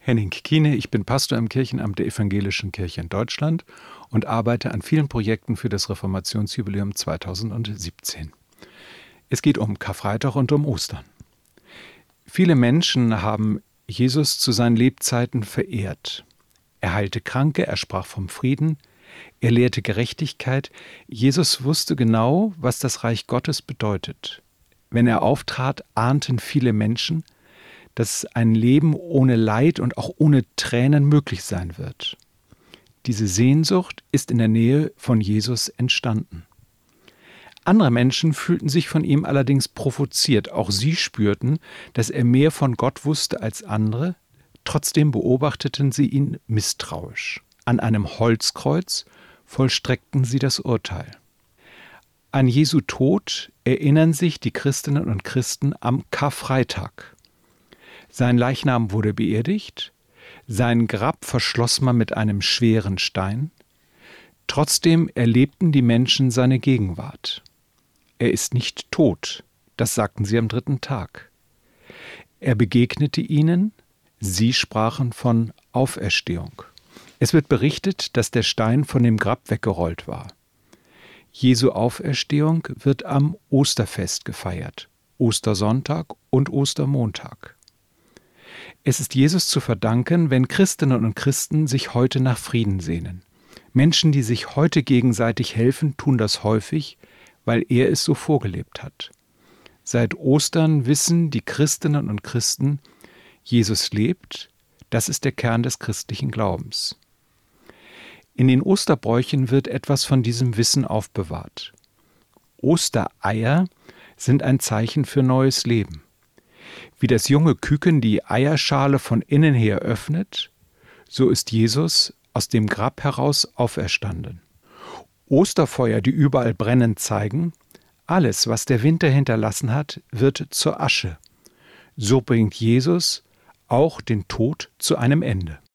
Henning Kiene, ich bin Pastor im Kirchenamt der Evangelischen Kirche in Deutschland und arbeite an vielen Projekten für das Reformationsjubiläum 2017. Es geht um Karfreitag und um Ostern. Viele Menschen haben Jesus zu seinen Lebzeiten verehrt. Er heilte Kranke, er sprach vom Frieden, er lehrte Gerechtigkeit. Jesus wusste genau, was das Reich Gottes bedeutet. Wenn er auftrat, ahnten viele Menschen, dass ein Leben ohne Leid und auch ohne Tränen möglich sein wird. Diese Sehnsucht ist in der Nähe von Jesus entstanden. Andere Menschen fühlten sich von ihm allerdings provoziert. Auch sie spürten, dass er mehr von Gott wusste als andere. Trotzdem beobachteten sie ihn misstrauisch. An einem Holzkreuz vollstreckten sie das Urteil. An Jesu Tod erinnern sich die Christinnen und Christen am Karfreitag. Sein Leichnam wurde beerdigt, sein Grab verschloss man mit einem schweren Stein. Trotzdem erlebten die Menschen seine Gegenwart. Er ist nicht tot, das sagten sie am 3. Tag. Er begegnete ihnen, sie sprachen von Auferstehung. Es wird berichtet, dass der Stein von dem Grab weggerollt war. Jesu Auferstehung wird am Osterfest gefeiert, Ostersonntag und Ostermontag. Es ist Jesus zu verdanken, wenn Christinnen und Christen sich heute nach Frieden sehnen. Menschen, die sich heute gegenseitig helfen, tun das häufig, weil er es so vorgelebt hat. Seit Ostern wissen die Christinnen und Christen, Jesus lebt, das ist der Kern des christlichen Glaubens. In den Osterbräuchen wird etwas von diesem Wissen aufbewahrt. Ostereier sind ein Zeichen für neues Leben. Wie das junge Küken die Eierschale von innen her öffnet, so ist Jesus aus dem Grab heraus auferstanden. Osterfeuer, die überall brennen, zeigen, alles, was der Winter hinterlassen hat, wird zur Asche. So bringt Jesus auch den Tod zu einem Ende.